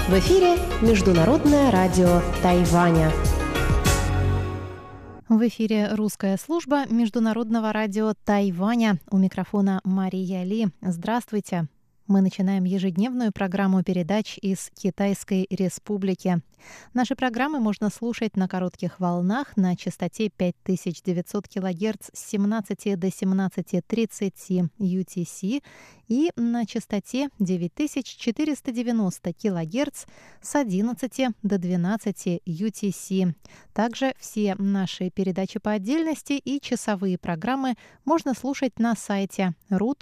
В эфире Международное радио Тайваня. В эфире русская служба Международного радио Тайваня. У микрофона Мария Ли. Здравствуйте. Мы начинаем ежедневную программу передач из Китайской Республики. Наши программы можно слушать на коротких волнах на частоте 5900 кГц с 17 до 17:30 UTC и на частоте 9490 кГц с 11 до 12 UTC. Также все наши передачи по отдельности и часовые программы можно слушать на сайте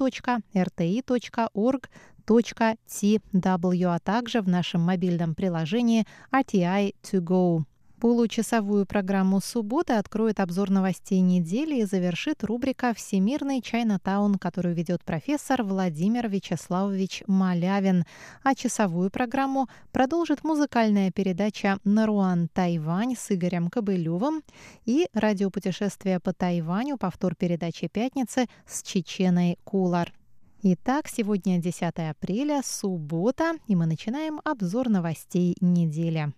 ru.rti.org.tw, а также в нашем мобильном приложении RTI To Go. Получасовую программу субботы откроет обзор новостей недели и завершит рубрика «Всемирный Чайнатаун», которую ведет профессор Владимир Вячеславович Малявин. А часовую программу продолжит музыкальная передача «Наруан Тайвань» с Игорем Кобылевым и радиопутешествие по Тайваню, повтор передачи «Пятницы» с Чеченой Кулар. Итак, сегодня 10 апреля, суббота, и мы начинаем обзор новостей недели.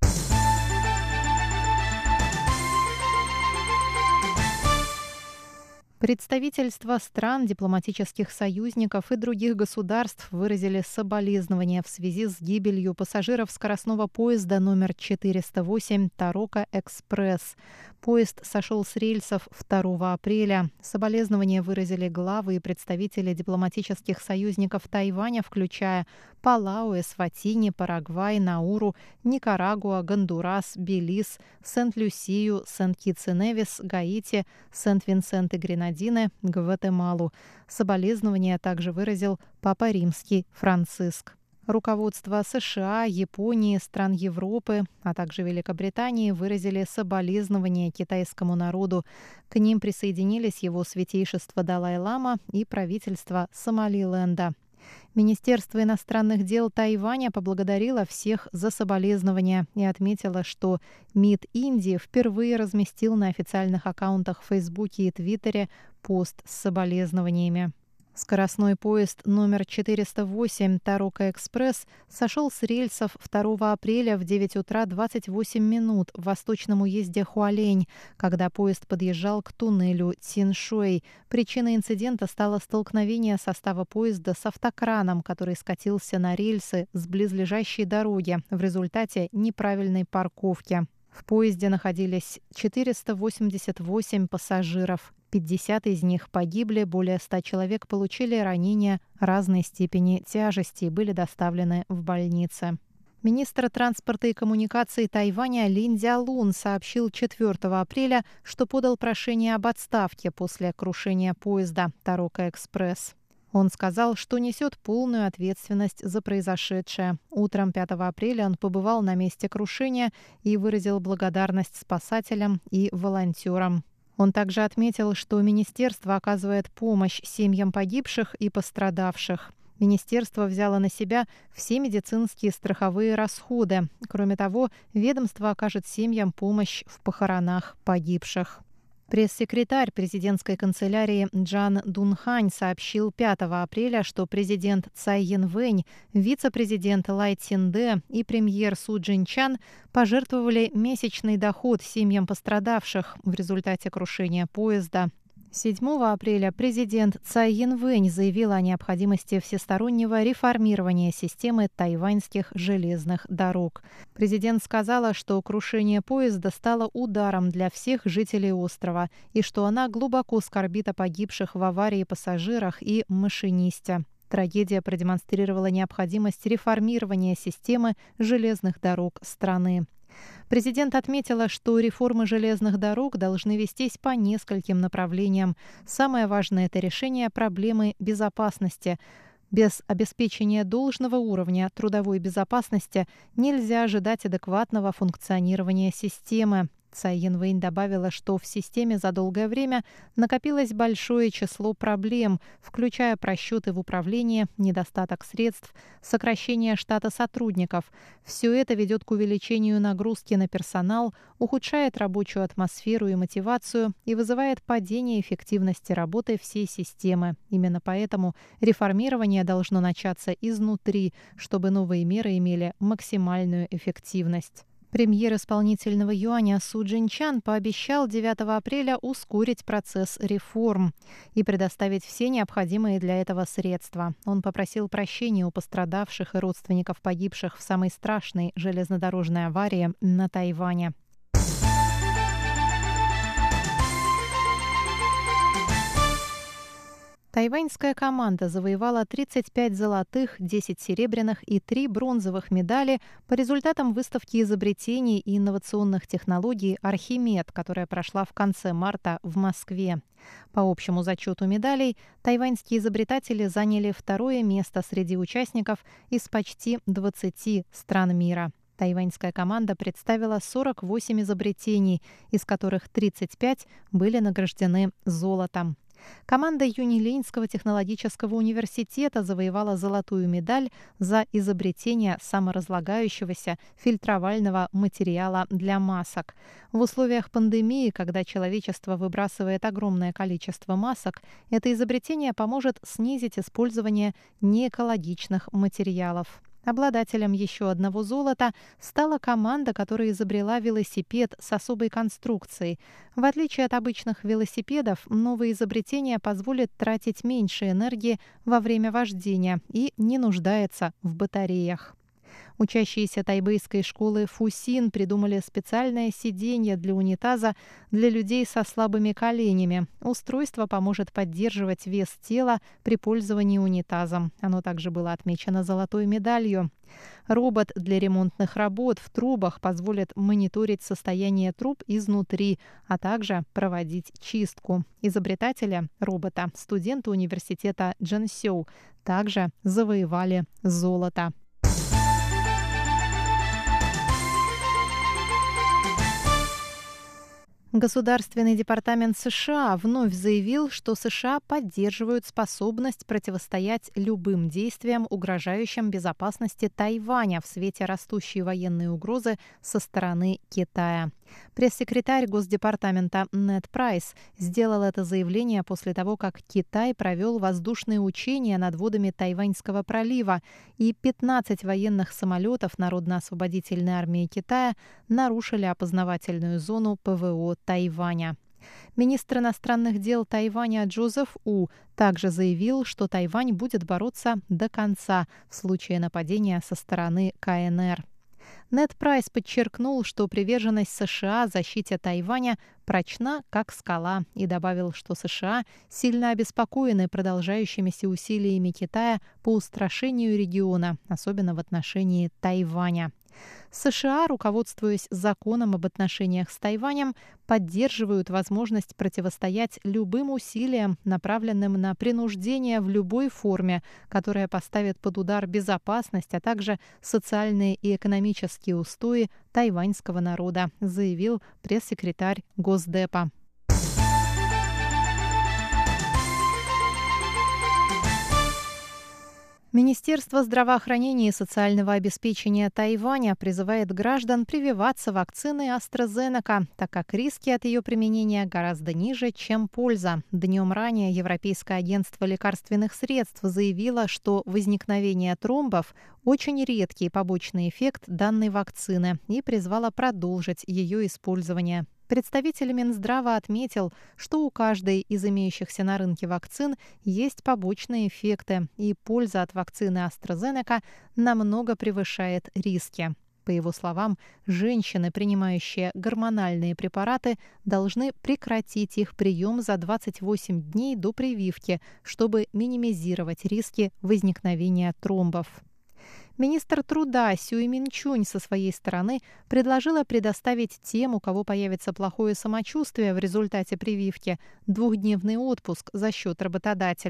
Представительства стран, дипломатических союзников и других государств выразили соболезнования в связи с гибелью пассажиров скоростного поезда номер 408 Тарока-Экспресс. Поезд сошел с рельсов 2 апреля. Соболезнования выразили главы и представители дипломатических союзников Тайваня, включая Палау, Эсватини, Парагвай, Науру, Никарагуа, Гондурас, Белиз, Сент-Люсию, Сент-Китс-и-Невис, Гаити, Сент-Винсент и Гренадины, Гватемалу. Соболезнования также выразил Папа Римский Франциск. Руководство США, Японии, стран Европы, а также Великобритании выразили соболезнования китайскому народу. К ним присоединились его святейшество Далай-лама и правительство Сомалиленда. Министерство иностранных дел Тайваня поблагодарило всех за соболезнования и отметило, что МИД Индии впервые разместил на официальных аккаунтах в Фейсбуке и Твиттере пост с соболезнованиями. Скоростной поезд номер 408 Тарока-Экспресс сошел с рельсов 2 апреля в 9 утра 28 минут в восточном уезде Хуалень, когда поезд подъезжал к туннелю Циншуй. Причиной инцидента стало столкновение состава поезда с автокраном, который скатился на рельсы с близлежащей дороги в результате неправильной парковки. В поезде находились 488 пассажиров. 50 из них погибли, более 100 человек получили ранения разной степени тяжести и были доставлены в больницы. Министр транспорта и коммуникаций Тайваня Лин Цзялун сообщил 4 апреля, что подал прошение об отставке после крушения поезда Тарока-Экспресс. Он сказал, что несет полную ответственность за произошедшее. Утром 5 апреля он побывал на месте крушения и выразил благодарность спасателям и волонтерам. Он также отметил, что министерство оказывает помощь семьям погибших и пострадавших. Министерство взяло на себя все медицинские страховые расходы. Кроме того, ведомство окажет семьям помощь в похоронах погибших. Пресс-секретарь президентской канцелярии Джан Дунхань сообщил 5 апреля, что президент Цай Янвэнь, вице-президент Лай Цинде и премьер Су Цзиньчан пожертвовали месячный доход семьям пострадавших в результате крушения поезда. 7 апреля президент Цай Янвэнь заявил о необходимости всестороннего реформирования системы тайваньских железных дорог. Президент сказала, что крушение поезда стало ударом для всех жителей острова и что она глубоко скорбит о погибших в аварии пассажирах и машинисте. Трагедия продемонстрировала необходимость реформирования системы железных дорог страны. Президент отметила, что реформы железных дорог должны вестись по нескольким направлениям. Самое важное – это решение проблемы безопасности. Без обеспечения должного уровня трудовой безопасности нельзя ожидать адекватного функционирования системы. Цай Янвэнь добавила, что в системе за долгое время накопилось большое число проблем, включая просчеты в управлении, недостаток средств, сокращение штата сотрудников. Все это ведет к увеличению нагрузки на персонал, ухудшает рабочую атмосферу и мотивацию и вызывает падение эффективности работы всей системы. Именно поэтому реформирование должно начаться изнутри, чтобы новые меры имели максимальную эффективность. Премьер исполнительного юаня Су Джинчан пообещал 9 апреля ускорить процесс реформ и предоставить все необходимые для этого средства. Он попросил прощения у пострадавших и родственников погибших в самой страшной железнодорожной аварии на Тайване. Тайваньская команда завоевала 35 золотых, 10 серебряных и 3 бронзовых медали по результатам выставки изобретений и инновационных технологий «Архимед», которая прошла в конце марта в Москве. По общему зачету медалей тайваньские изобретатели заняли второе место среди участников из почти 20 стран мира. Тайваньская команда представила 48 изобретений, из которых 35 были награждены золотом. Команда Юнилинского технологического университета завоевала золотую медаль за изобретение саморазлагающегося фильтровального материала для масок. В условиях пандемии, когда человечество выбрасывает огромное количество масок, это изобретение поможет снизить использование неэкологичных материалов. Обладателем еще одного золота стала команда, которая изобрела велосипед с особой конструкцией. В отличие от обычных велосипедов, новое изобретение позволит тратить меньше энергии во время вождения и не нуждается в батареях. Учащиеся тайбэйской школы Фусин придумали специальное сиденье для унитаза для людей со слабыми коленями. Устройство поможет поддерживать вес тела при пользовании унитазом. Оно также было отмечено золотой медалью. Робот для ремонтных работ в трубах позволит мониторить состояние труб изнутри, а также проводить чистку. Изобретатели робота, студенты университета Джэнсю, также завоевали золото. Государственный департамент США вновь заявил, что США поддерживают способность противостоять любым действиям, угрожающим безопасности Тайваня в свете растущей военной угрозы со стороны Китая. Пресс-секретарь Госдепартамента Нед Прайс сделал это заявление после того, как Китай провел воздушные учения над водами Тайваньского пролива, и 15 военных самолетов Народно-освободительной армии Китая нарушили опознавательную зону ПВО Тайваня. Министр иностранных дел Тайваня Джозеф У также заявил, что Тайвань будет бороться до конца в случае нападения со стороны КНР. Нед Прайс подчеркнул, что приверженность США защите Тайваня прочна, как скала, и добавил, что США сильно обеспокоены продолжающимися усилиями Китая по устрашению региона, особенно в отношении Тайваня. США, руководствуясь законом об отношениях с Тайванем, поддерживают возможность противостоять любым усилиям, направленным на принуждение в любой форме, которая поставит под удар безопасность, а также социальные и экономические устои тайваньского народа, заявил пресс-секретарь Госдепа. Министерство здравоохранения и социального обеспечения Тайваня призывает граждан прививаться вакциной AstraZeneca, так как риски от ее применения гораздо ниже, чем польза. Днем ранее Европейское агентство лекарственных средств заявило, что возникновение тромбов – очень редкий побочный эффект данной вакцины, и призвало продолжить ее использование. Представитель Минздрава отметил, что у каждой из имеющихся на рынке вакцин есть побочные эффекты, и польза от вакцины AstraZeneca намного превышает риски. По его словам, женщины, принимающие гормональные препараты, должны прекратить их прием за 28 дней до прививки, чтобы минимизировать риски возникновения тромбов. Министр труда Сюй Минчунь со своей стороны предложила предоставить тем, у кого появится плохое самочувствие в результате прививки, 2-дневный отпуск за счет работодателя.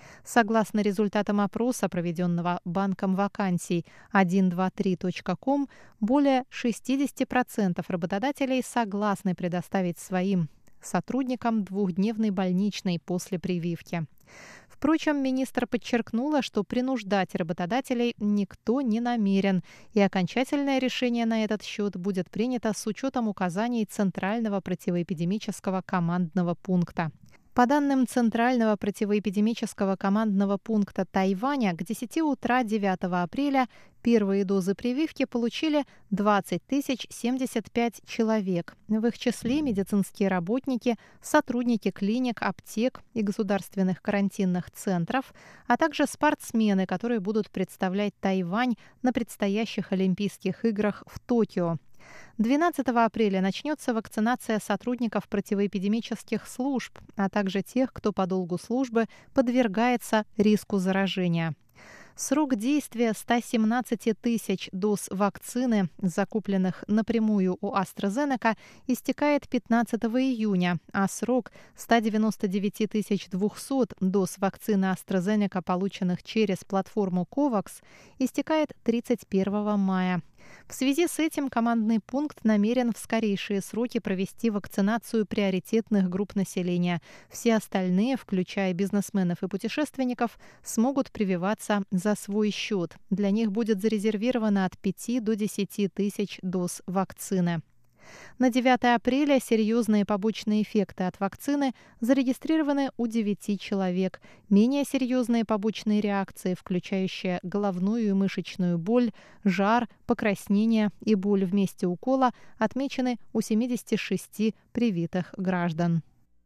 Согласно результатам опроса, проведенного банком вакансий 123.com, более 60% работодателей согласны предоставить своим сотрудникам двухдневный больничный после прививки. Впрочем, министр подчеркнула, что принуждать работодателей никто не намерен, и окончательное решение на этот счет будет принято с учетом указаний Центрального противоэпидемического командного пункта. По данным Центрального противоэпидемического командного пункта Тайваня, к 10 утра 9 апреля первые дозы прививки получили 20 075 человек. В их числе медицинские работники, сотрудники клиник, аптек и государственных карантинных центров, а также спортсмены, которые будут представлять Тайвань на предстоящих Олимпийских играх в Токио. 12 апреля начнется вакцинация сотрудников противоэпидемических служб, а также тех, кто по долгу службы подвергается риску заражения. Срок действия 117 тысяч доз вакцины, закупленных напрямую у AstraZeneca, истекает 15 июня, а срок 199 200 доз вакцины AstraZeneca, полученных через платформу COVAX, истекает 31 мая. В связи с этим командный пункт намерен в скорейшие сроки провести вакцинацию приоритетных групп населения. Все остальные, включая бизнесменов и путешественников, смогут прививаться за свой счет. Для них будет зарезервировано от 5 до 10 тысяч доз вакцины. На 9 апреля серьезные побочные эффекты от вакцины зарегистрированы у 9 человек. Менее серьезные побочные реакции, включающие головную и мышечную боль, жар, покраснение и боль в месте укола, отмечены у 76 привитых граждан.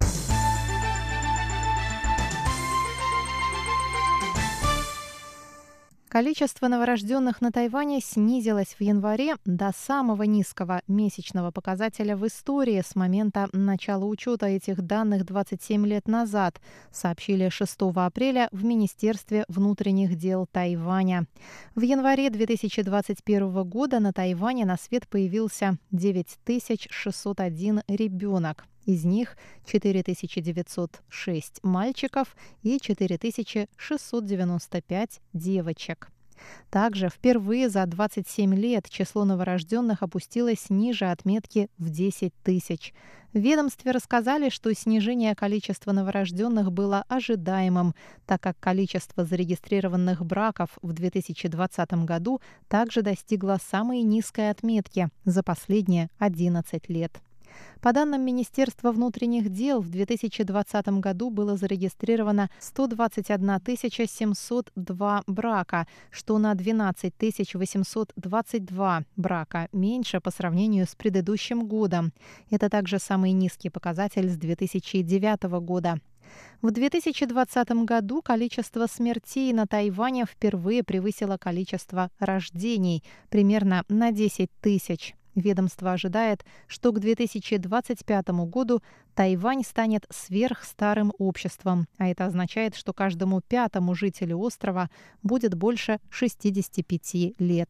Количество новорожденных на Тайване снизилось в январе до самого низкого месячного показателя в истории с момента начала учета этих данных 27 лет назад, сообщили 6 апреля в Министерстве внутренних дел Тайваня. В январе 2021 года на Тайване на свет появился 9601 ребенок. Из них 4906 мальчиков и 4695 девочек. Также впервые за 27 лет число новорожденных опустилось ниже отметки в 10 тысяч. В ведомстве рассказали, что снижение количества новорожденных было ожидаемым, так как количество зарегистрированных браков в 2020 году также достигло самой низкой отметки за последние 11 лет. По данным Министерства внутренних дел, в 2020 году было зарегистрировано 121 702 брака, что на 12 822 брака меньше по сравнению с предыдущим годом. Это также самый низкий показатель с 2009 года. В 2020 году количество смертей на Тайване впервые превысило количество рождений примерно на 10 тысяч. Ведомство ожидает, что к 2025 году Тайвань станет сверхстарым обществом, а это означает, что каждому пятому жителю острова будет больше 65 лет.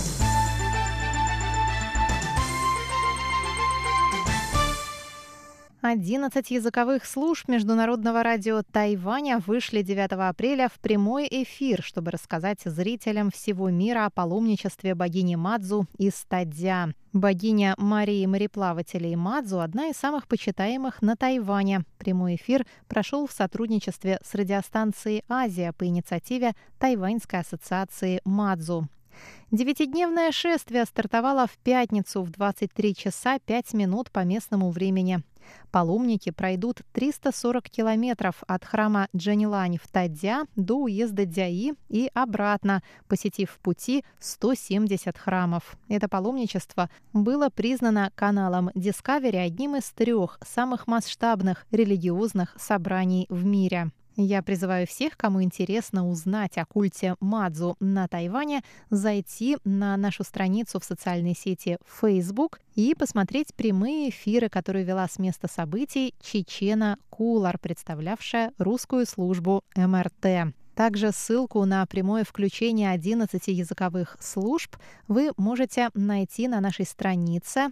Одиннадцать языковых служб Международного радио Тайваня вышли 9 апреля в прямой эфир, чтобы рассказать зрителям всего мира о паломничестве богини Мадзу из Тадзя. Богиня Марии мореплавателей Мадзу – одна из самых почитаемых на Тайване. Прямой эфир прошел в сотрудничестве с радиостанцией «Азия» по инициативе Тайваньской ассоциации Мадзу. Девятидневное шествие стартовало в пятницу в 23 часа 5 минут по местному времени. Паломники пройдут 340 километров от храма Джанилань в Тадзя до уезда Дзяи и обратно, посетив в пути 170 храмов. Это паломничество было признано каналом Discovery одним из 3 самых масштабных религиозных собраний в мире. Я призываю всех, кому интересно узнать о культе Мадзу на Тайване, зайти на нашу страницу в социальной сети Facebook и посмотреть прямые эфиры, которые вела с места событий Чечена Кулар, представлявшая русскую службу МРТ. Также ссылку на прямое включение 11 языковых служб вы можете найти на нашей странице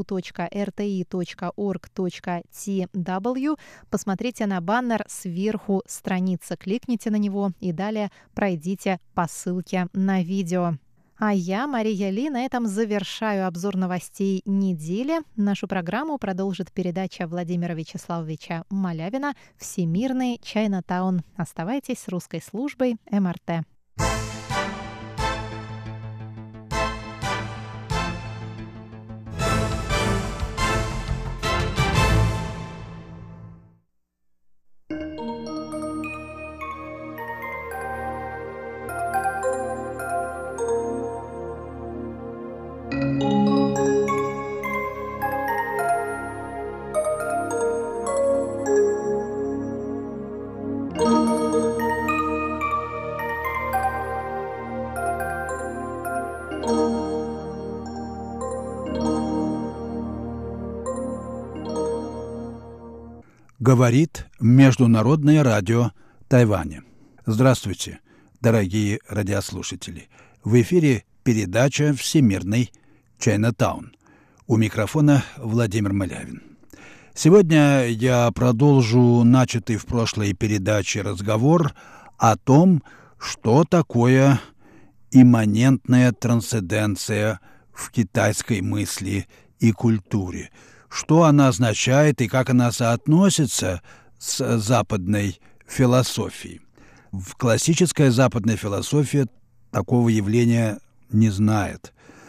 ru.rti.org.tw. Посмотрите на баннер сверху страницы, кликните на него и далее пройдите по ссылке на видео. А я, Мария Ли, на этом завершаю обзор новостей недели. Нашу программу продолжит передача Владимира Вячеславовича Малявина «Всемирный Чайнатаун». Оставайтесь с русской службой МРТ. Говорит Международное радио Тайваня. Здравствуйте, дорогие радиослушатели. В эфире передача «Всемирный Чайнатаун». У микрофона Владимир Малявин. Сегодня я продолжу начатый в прошлой передаче разговор о том, что такое имманентная трансценденция в китайской мысли и культуре, что она означает и как она соотносится с западной философией. В классической западной философии такого явления не знает.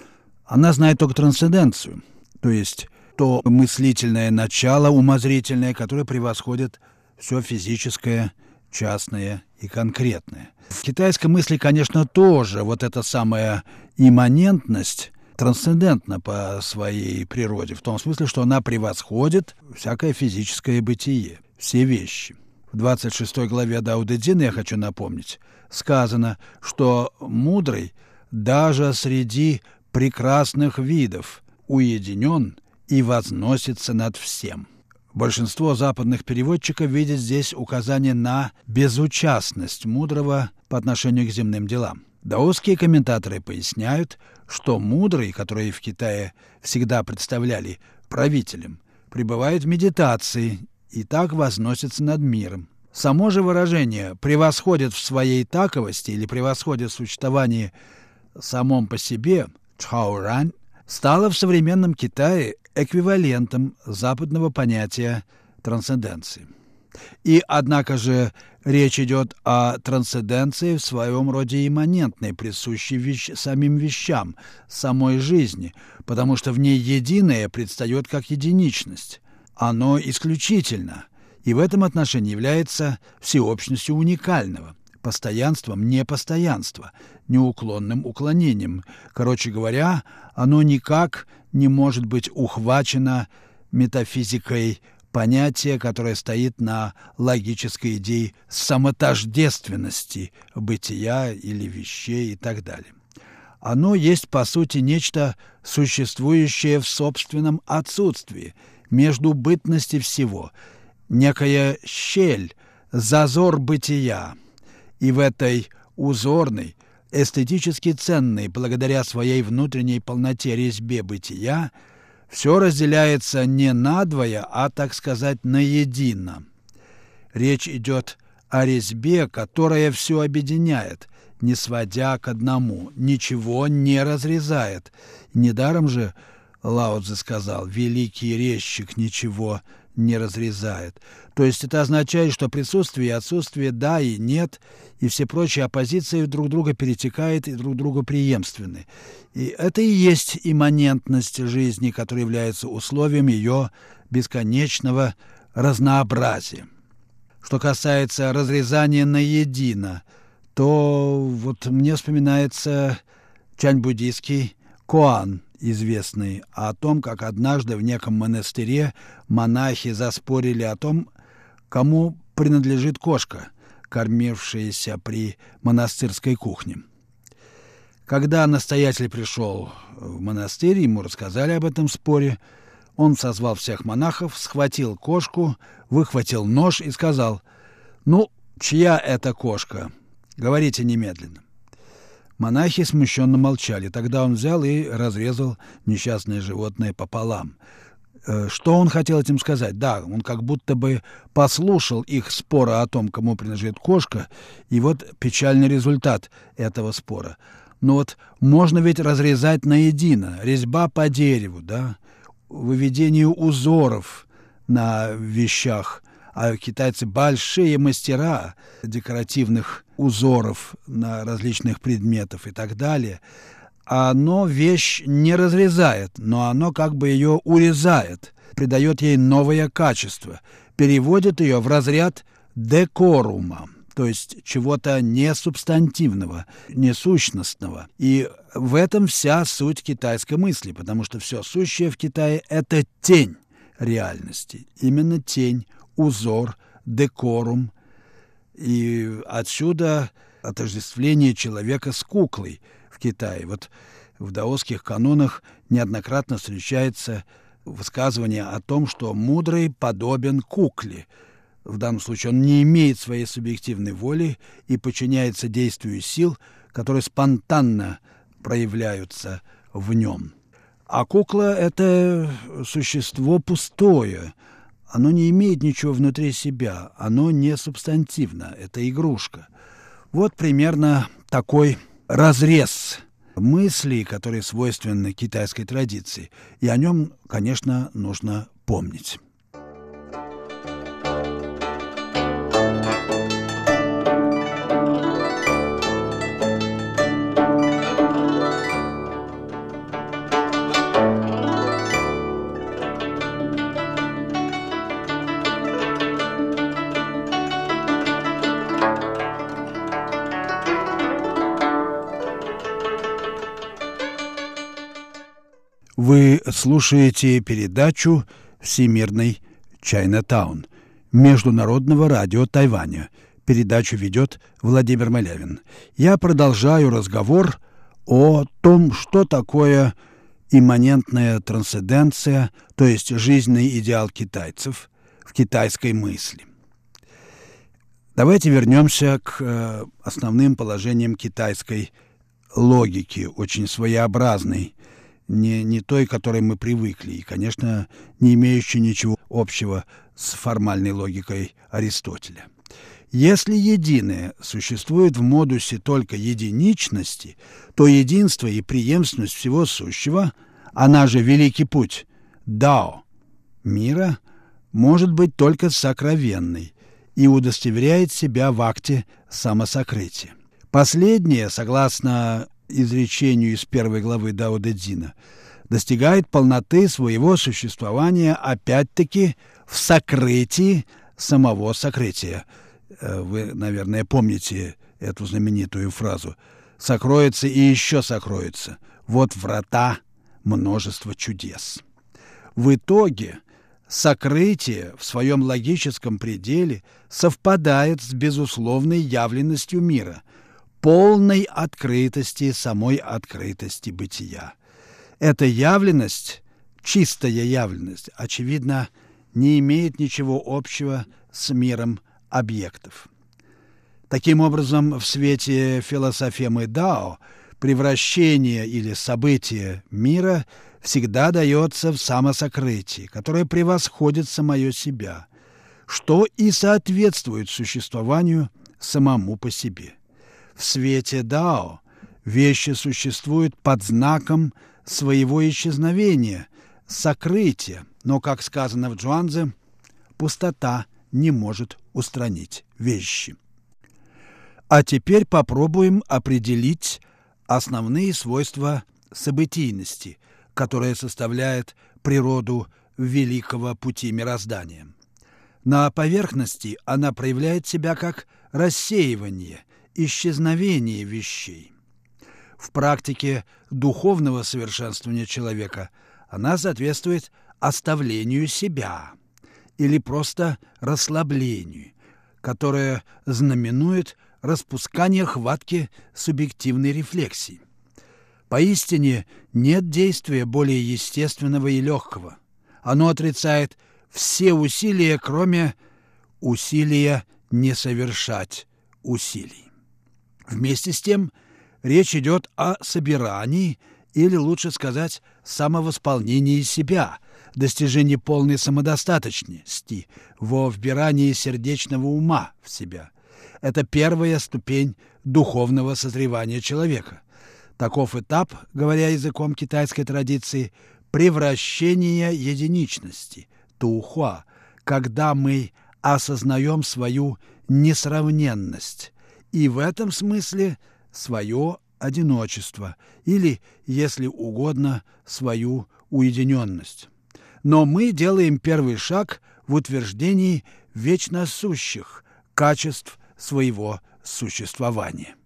Она знает только трансценденцию, то есть то мыслительное начало, умозрительное, которое превосходит все физическое, частное и конкретное. В китайской мысли, конечно, тоже вот эта самая имманентность трансцендентна по своей природе, в том смысле, что она превосходит всякое физическое бытие, все вещи. В 26 главе Дао Дэ Цзин, я хочу напомнить, сказано, что мудрый даже среди прекрасных видов уединен и возносится над всем. Большинство западных переводчиков видят здесь указание на безучастность мудрого по отношению к земным делам. Даосские комментаторы поясняют, что мудрый, который в Китае всегда представляли правителем, пребывает в медитации и так возносится над миром. Само же выражение «превосходит в своей таковости» или «превосходит в существовании самом по себе» «чхаорань» стало в современном Китае эквивалентом западного понятия трансценденции. И, однако же, речь идет о трансценденции в своем роде имманентной, присущей самим вещам, самой жизни, потому что в ней единое предстает как единичность. Оно исключительно, и в этом отношении является всеобщностью уникального, постоянством непостоянства, неуклонным уклонением. Короче говоря, оно никак не может быть ухвачено метафизикой понятие, которое стоит на логической идее самотождественности бытия или вещей и так далее. Оно есть, по сути, нечто существующее в собственном отсутствии, между бытности всего, некая щель, зазор бытия. И в этой узорной, эстетически ценной, благодаря своей внутренней полноте резьбе бытия, все разделяется не надвое, а, так сказать, наедино. Речь идет о резьбе, которая все объединяет, не сводя к одному, ничего не разрезает. Недаром же Лао Цзы сказал: «Великий резчик ничего не разрезает». То есть это означает, что присутствие и отсутствие, да и нет, и все прочие оппозиции друг друга перетекают и друг другу преемственны. И это и есть имманентность жизни, которая является условием ее бесконечного разнообразия. Что касается разрезания наедино, то вот мне вспоминается чань-буддийский коан, известный, о том, как однажды в неком монастыре монахи заспорили о том, кому принадлежит кошка, кормившаяся при монастырской кухне. Когда настоятель пришел в монастырь, ему рассказали об этом споре. Он созвал всех монахов, схватил кошку, выхватил нож и сказал: «Ну, чья это кошка? Говорите немедленно». Монахи смущенно молчали. Тогда он взял и разрезал несчастное животное пополам. Что он хотел этим сказать? Да, он как будто бы послушал их спора о том, кому принадлежит кошка, и вот печальный результат этого спора. Но вот можно ведь разрезать наедино, резьба по дереву, да, выведение узоров на вещах, а китайцы большие мастера декоративных узоров на различных предметах и так далее. Оно вещь не разрезает, но оно как бы ее урезает, придает ей новое качество, переводит ее в разряд декорума, то есть чего-то несубстантивного, несущностного. И в этом вся суть китайской мысли, потому что все сущее в Китае – это тень реальности, именно тень, узор, декорум. И отсюда отождествление человека с куклой в Китае. Вот в даосских канонах неоднократно встречается высказывание о том, что мудрый подобен кукле. В данном случае он не имеет своей субъективной воли и подчиняется действию сил, которые спонтанно проявляются в нем. А кукла – это существо пустое. Оно не имеет ничего внутри себя, оно не субстантивно, это игрушка. Вот примерно такой разрез мыслей, которые свойственны китайской традиции, и о нем, конечно, нужно помнить. Вы слушаете передачу «Всемирный Чайна-таун» Международного радио Тайваня. Передачу ведет Владимир Малявин. Я продолжаю разговор о том, что такое имманентная трансценденция, то есть жизненный идеал китайцев в китайской мысли. Давайте вернемся к основным положениям китайской логики, очень своеобразной, не той, к которой мы привыкли, и, конечно, не имеющей ничего общего с формальной логикой Аристотеля. Если единое существует в модусе только единичности, то единство и преемственность всего сущего, она же великий путь, дао, мира, может быть только сокровенной и удостоверяет себя в акте самосокрытия. Последнее, согласно изречению из 1 главы Дао Дэ Цзина, достигает полноты своего существования опять-таки в сокрытии самого сокрытия. Вы, наверное, помните эту знаменитую фразу «сокроется и еще сокроется. Вот врата множества чудес». В итоге сокрытие в своем логическом пределе совпадает с безусловной явленностью мира, полной открытости, самой открытости бытия. Эта явленность, чистая явленность, очевидно, не имеет ничего общего с миром объектов. Таким образом, в свете философемы Дао превращение или событие мира всегда дается в самосокрытии, которое превосходит самое себя, что и соответствует существованию самому по себе. В свете Дао вещи существуют под знаком своего исчезновения, сокрытия, но, как сказано в Чжуанцзе, пустота не может устранить вещи. А теперь попробуем определить основные свойства событийности, которая составляет природу великого пути мироздания. На поверхности она проявляет себя как рассеивание, исчезновение вещей. В практике духовного совершенствования человека она соответствует оставлению себя или просто расслаблению, которое знаменует распускание хватки субъективной рефлексии. Поистине нет действия более естественного и легкого. Оно отрицает все усилия, кроме усилия не совершать усилий. Вместе с тем речь идет о собирании, или лучше сказать, самовосполнении себя, достижении полной самодостаточности, во вбирании сердечного ума в себя. Это первая ступень духовного созревания человека. Таков этап, говоря языком китайской традиции, превращения единичности, туухуа, когда мы осознаем свою несравненность и в этом смысле свое одиночество или, если угодно, свою уединенность. Но мы делаем первый шаг в утверждении вечно сущих качеств своего существования.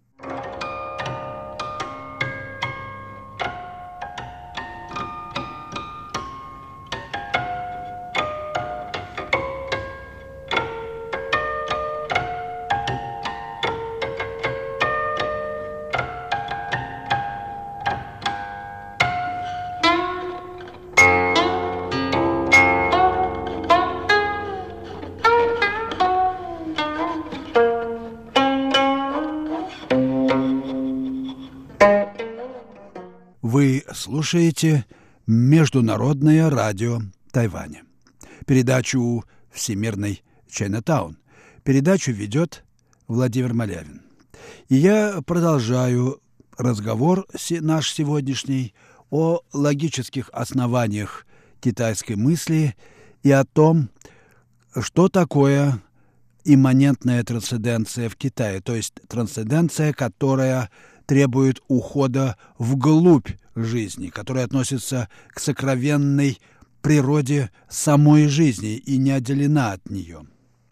Вы слушаете Международное радио Тайваня, передачу «Всемирный Чайнатаун». Передачу ведет Владимир Малявин. И я продолжаю разговор наш сегодняшний о логических основаниях китайской мысли и о том, что такое имманентная трансценденция в Китае, то есть трансценденция, которая требует ухода вглубь жизни, которая относится к сокровенной природе самой жизни и не отделена от нее.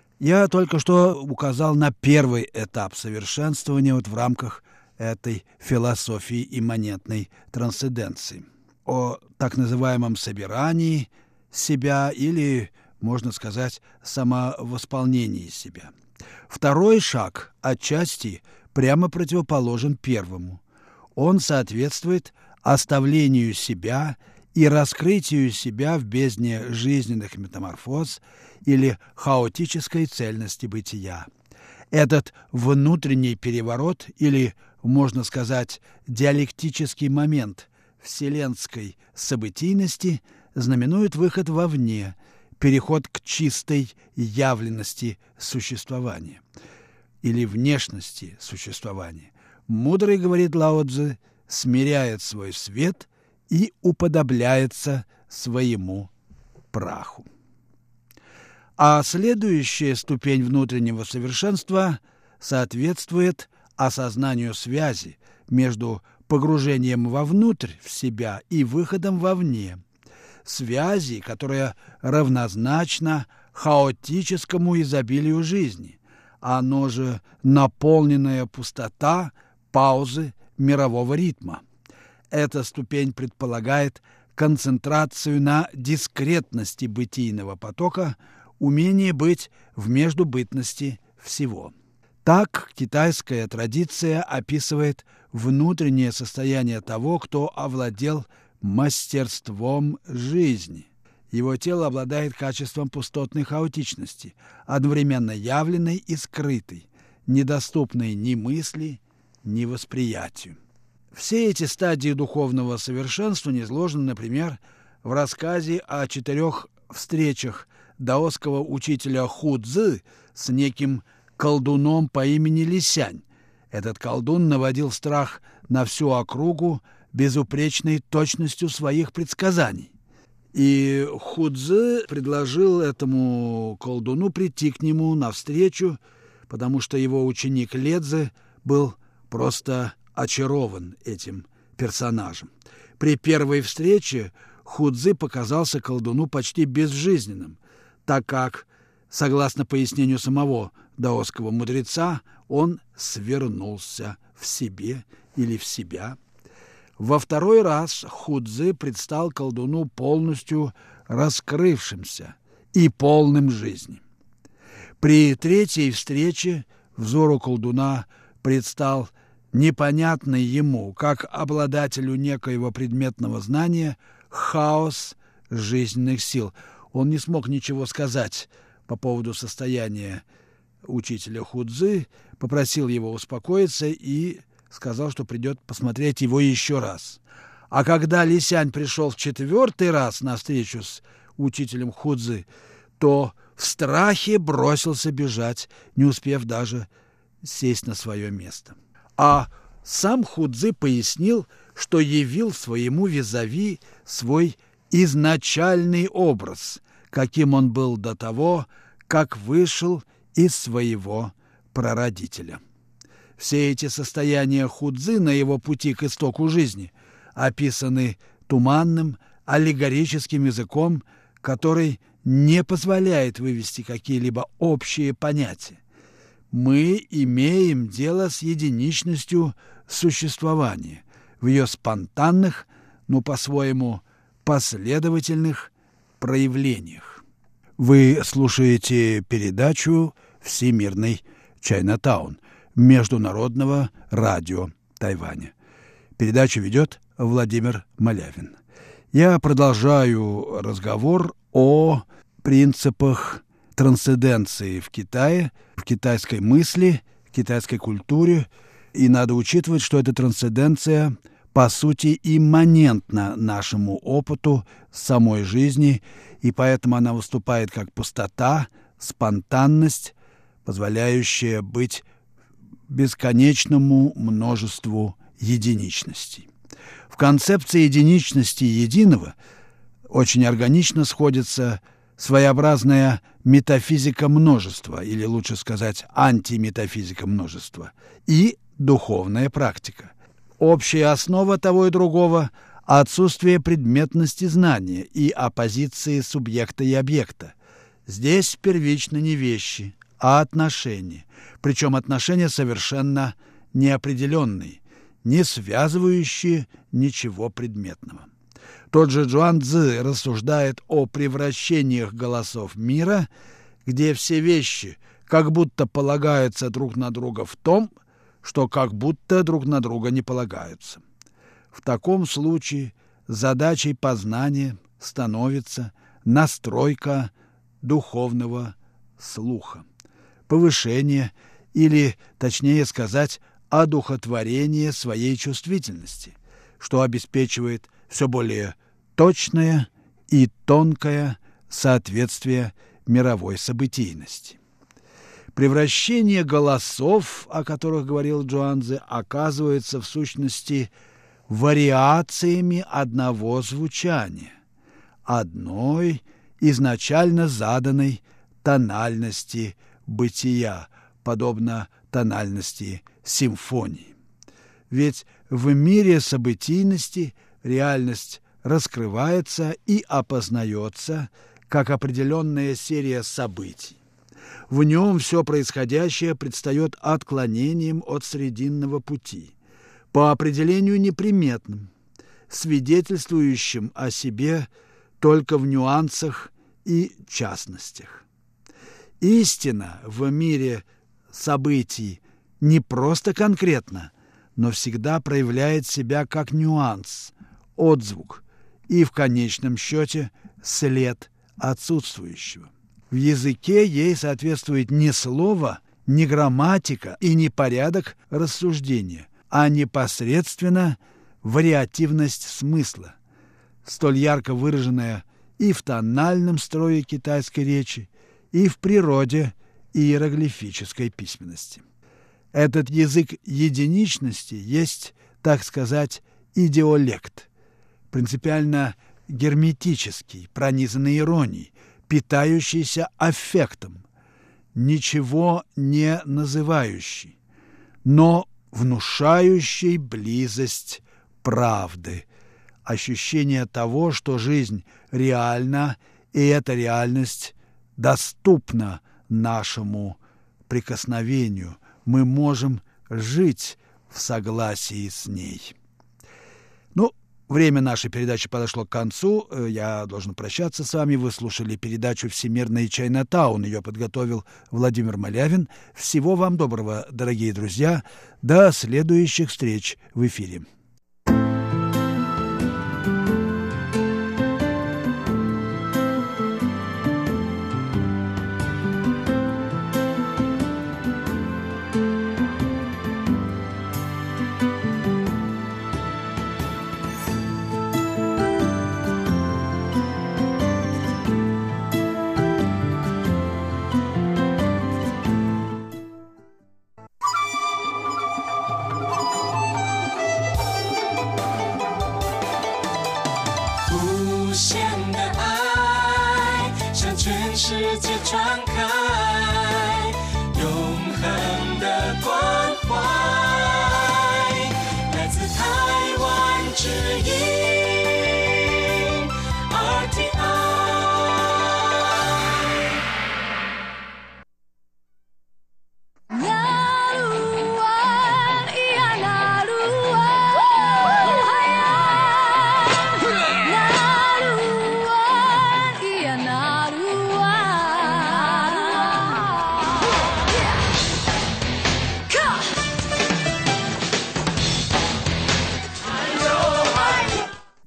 Я только что указал на первый этап совершенствования в рамках этой философии имманентной трансценденции, о так называемом собирании себя или, можно сказать, самовосполнении себя. Второй шаг отчасти прямо противоположен первому. Он соответствует оставлению себя и раскрытию себя в бездне жизненных метаморфоз или хаотической цельности бытия. Этот внутренний переворот или, можно сказать, диалектический момент вселенской событийности знаменует выход вовне, переход к чистой явленности существования или внешности существования. Мудрый, говорит Лао Цзы, смиряет свой свет и уподобляется своему праху. А следующая ступень внутреннего совершенства соответствует осознанию связи между погружением вовнутрь в себя и выходом вовне, связи, которая равнозначна хаотическому изобилию жизни, оно же наполненная пустота, паузы мирового ритма. Эта ступень предполагает концентрацию на дискретности бытийного потока, умение быть в междубытности всего. Так китайская традиция описывает внутреннее состояние того, кто овладел мастерством жизни. Его тело обладает качеством пустотной хаотичности, одновременно явленной и скрытой, недоступной ни мысли, ни восприятию. Все эти стадии духовного совершенствования изложены, например, в рассказе о 4 встречах даосского учителя Ху Цзы с неким колдуном по имени Лисянь. Этот колдун наводил страх на всю округу безупречной точностью своих предсказаний. И Ху Цзы предложил этому колдуну прийти к нему навстречу, потому что его ученик Ледзе был просто очарован этим персонажем. При первой встрече Ху Цзы показался колдуну почти безжизненным, так как, согласно пояснению самого даосского мудреца, он свернулся в себе или в себя. Во второй раз Ху Цзы предстал колдуну полностью раскрывшимся и полным жизни. При третьей встрече взору колдуна предстал непонятный ему, как обладателю некоего предметного знания, хаос жизненных сил. Он не смог ничего сказать по поводу состояния учителя Худзы, попросил его успокоиться и сказал, что придет посмотреть его еще раз. А когда Лисянь пришел в 4-й раз на встречу с учителем Худзы, то в страхе бросился бежать, не успев даже сесть на свое место. А сам Худзы пояснил, что явил своему визави свой изначальный образ, каким он был до того, как вышел из своего прародителя. Все эти состояния Худзы на его пути к истоку жизни описаны туманным, аллегорическим языком, который не позволяет вывести какие-либо общие понятия. Мы имеем дело с единичностью существования в ее спонтанных, но по-своему последовательных проявлениях. Вы слушаете передачу «Всемирный Чайнатаун» Международного радио Тайваня. Передачу ведет Владимир Малявин. Я продолжаю разговор о принципах трансценденции в Китае, в китайской мысли, в китайской культуре. И надо учитывать, что эта трансценденция, по сути, имманентна нашему опыту самой жизни, и поэтому она выступает как пустота, спонтанность, позволяющая быть бесконечному множеству единичностей. В концепции единичности единого очень органично сходится своеобразная метафизика множества, или лучше сказать, антиметафизика множества, и духовная практика. Общая основа того и другого – отсутствие предметности знания и оппозиции субъекта и объекта. Здесь первично не вещи, а отношения, причем отношения совершенно неопределенные, не связывающие ничего предметного. Тот же Чжуанцзы рассуждает о превращениях голосов мира, где все вещи как будто полагаются друг на друга в том, что как будто друг на друга не полагаются. В таком случае задачей познания становится настройка духовного слуха, повышение или, точнее сказать, одухотворение своей чувствительности, что обеспечивает все более точное и тонкое соответствие мировой событийности. Превращение голосов, о которых говорил Чжуанцзы, оказывается в сущности вариациями одного звучания, одной изначально заданной тональности бытия, подобно тональности симфонии. Ведь в мире событийности реальность раскрывается и опознается как определенная серия событий. В нем все происходящее предстает отклонением от срединного пути, по определению неприметным, свидетельствующим о себе только в нюансах и частностях. Истина в мире событий не просто конкретно, но всегда проявляет себя как нюанс, отзвук и, в конечном счете, след отсутствующего. В языке ей соответствует не слово, не грамматика и не порядок рассуждения, а непосредственно вариативность смысла, столь ярко выраженная и в тональном строе китайской речи, и в природе иероглифической письменности. Этот язык единичности есть, так сказать, идиолект, принципиально герметический, пронизанный иронией, питающийся аффектом, ничего не называющий, но внушающий близость правды, ощущение того, что жизнь реальна, и эта реальность доступна нашему прикосновению. Мы можем жить в согласии с ней. Время нашей передачи подошло к концу. Я должен прощаться с вами. Вы слушали передачу «Всемирный Чайнатаун». Ее подготовил Владимир Малявин. Всего вам доброго, дорогие друзья. До следующих встреч в эфире.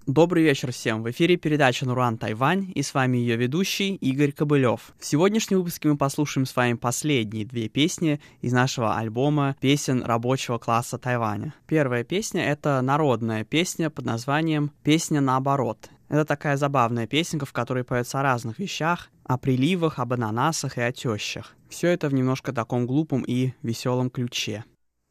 Добрый вечер всем. В эфире передача «Нуран Тайвань» и с вами ее ведущий Игорь Кобылев. В сегодняшнем выпуске мы послушаем с вами последние две песни из нашего альбома песен рабочего класса Тайваня. Первая песня — это народная песня под названием «Песня наоборот». Это такая забавная песенка, в которой поется о разных вещах, о приливах, об ананасах и о тещах. Все это в немножко таком глупом и веселом ключе.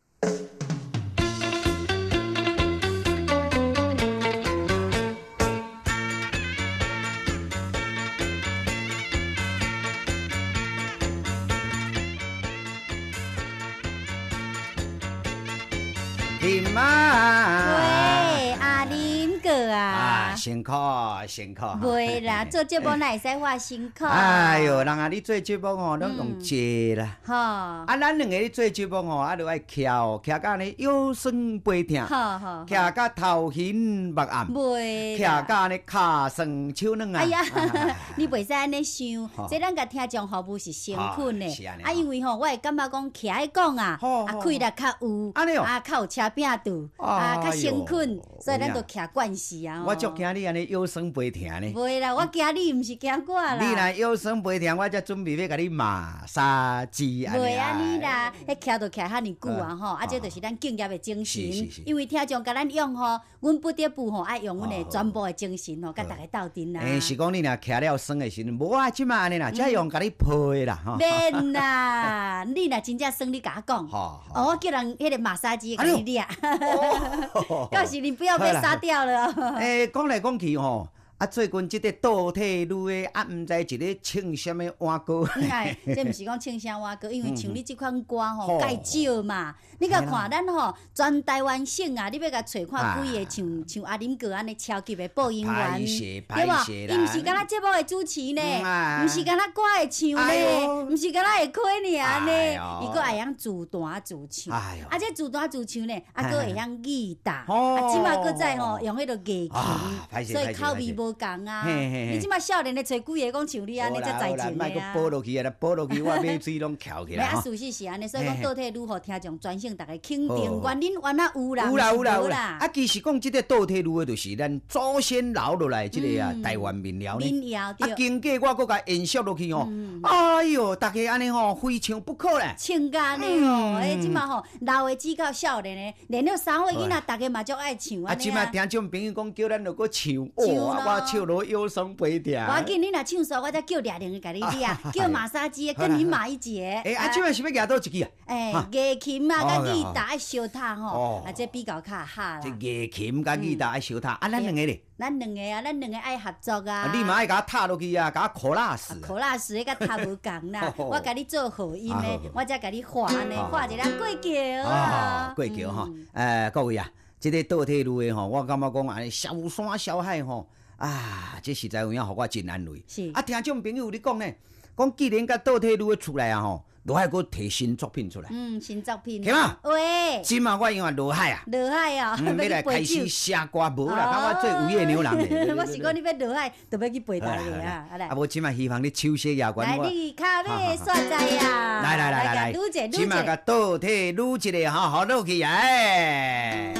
林妈， 喂，阿林哥啊， 辛苦辛苦。 袂啦，做节目哪会使话辛苦？ 哎哟，人啊，你做节目吼，拢用坐啦。 吼， 啊，咱两个咧做节目吼，啊，就爱徛到呢腰酸背痛， 好， 徛到头晕目暗， 袂徛到呢骹酸手软啊。 哎呀，你袂使安尼想，这咱甲听众服务是成困的。啊，因为吼，我会感觉讲徛喺讲啊，气力较有，较有车柄度，较成困，所以咱就徛惯势啊。 我足惊你安尼腰酸背痛呢。 袂啦，我惊你，毋是惊我啦。 你若腰酸背痛，我才准备要甲你马杀鸡安尼。 袂安尼啦，迄徛就徛遐尼久啊吼，啊，这就是咱敬业的精神。因为听众甲咱用吼，阮不得不吼爱用阮的全部的精神吼，甲大家斗阵啦。 是讲你若徛了酸的时阵，无啊，即摆安尼啦，才用甲你配啦吼。 免啦，你若真正酸，你甲我讲。我叫人迄个马杀鸡甲你掠。到时你不要被杀掉了。 讲来讲去吼。啊，最近即个倒退路的啊，毋知一个唱什么歌歌。 这毋是讲唱啥歌歌，因为唱你即款歌吼，介少嘛。你甲看咱吼，全台湾省啊，你要甲找看几个像阿林哥安尼超级的播音员，对无？伊毋是敢若节目的主持呢，毋是敢若歌会唱呢，毋是敢若会开尔呢，伊阁会晓自弹自唱。啊，这自弹自唱呢，啊，阁会晓吉他，啊，即马阁在吼用迄个乐器，所以口味无共啊。你即马少年的找几个讲像你安尼才才情的啊。 播落去啊，播落去，我尾水拢翘起来。 啊，事实是安尼，所以讲倒退如何听众专省大家肯定，原恁原来有啦， 有啦。啊，其实讲即个倒退路的，就是咱祖先留落来即个啊台湾民谣呢。 民谣对。 啊，经过我搁甲延续落去吼，哎哟，大家安尼吼非唱不可咧。 唱甲呢吼，即马吼老的只到少年的，连了3岁囡仔，大家嘛足爱唱啊。即马听众朋友讲叫咱落搁唱，我唱落腰酸背痛。 我紧你若唱错，我再叫掠人甲你掠，叫马杀鸡跟你马一节。 即摆是要举倒一支啊？ 乐琴啊，甲吉他爱相他吼，啊，这比较较哈啦。 这乐琴甲吉他爱相他，啊，咱两个咧？ 咱两个爱合作啊！ 你嘛爱甲我踏落去啊，甲我考拉丝。 考拉丝迄甲踏无共啦，我甲你做和音的，我才甲你画呢，画一个过桥啊。 过桥吼，各位啊，这个倒退路的吼，我感觉讲安尼小山小海吼，啊，这实在有影互我真安慰。 是啊，听众朋友你讲呢，讲既然甲倒退路的出来啊吼。罗海佫摕新作品出来， 新作品。 是嘛？ 喂， 即嘛我因为罗海啊， 罗海啊， 要来开始写歌无啦，感觉做午夜牛郎咧。 我是讲你要罗海，就要去背台咧啊！ 啊，无即嘛希望你手写夜关。 来，你卡要煞在呀！ 来，即嘛甲倒退撸一个好好落去哎。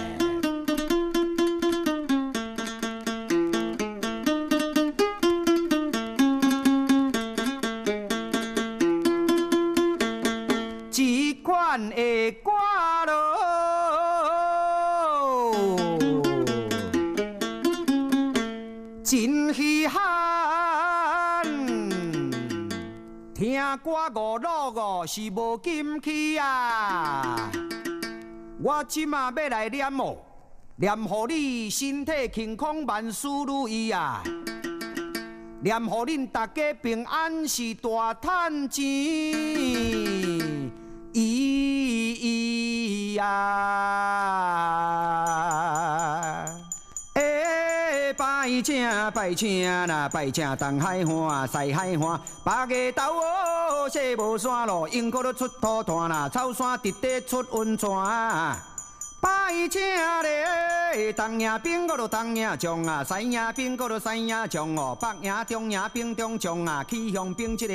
的歌咯，真稀罕。听歌565是无禁气啊！我即马要来念哦，念互你身体健康，万事如意啊！念互恁大家平安是大趁钱。咿呀，拜请啦，拜请东海岸、西海岸，八月头哦，雪无山路，樱果都出土炭啦，草山直直出温泉。拜请咧，东营边个就东营种啊，西营边个就西营种哦，北营、中营边中种啊，起向边这个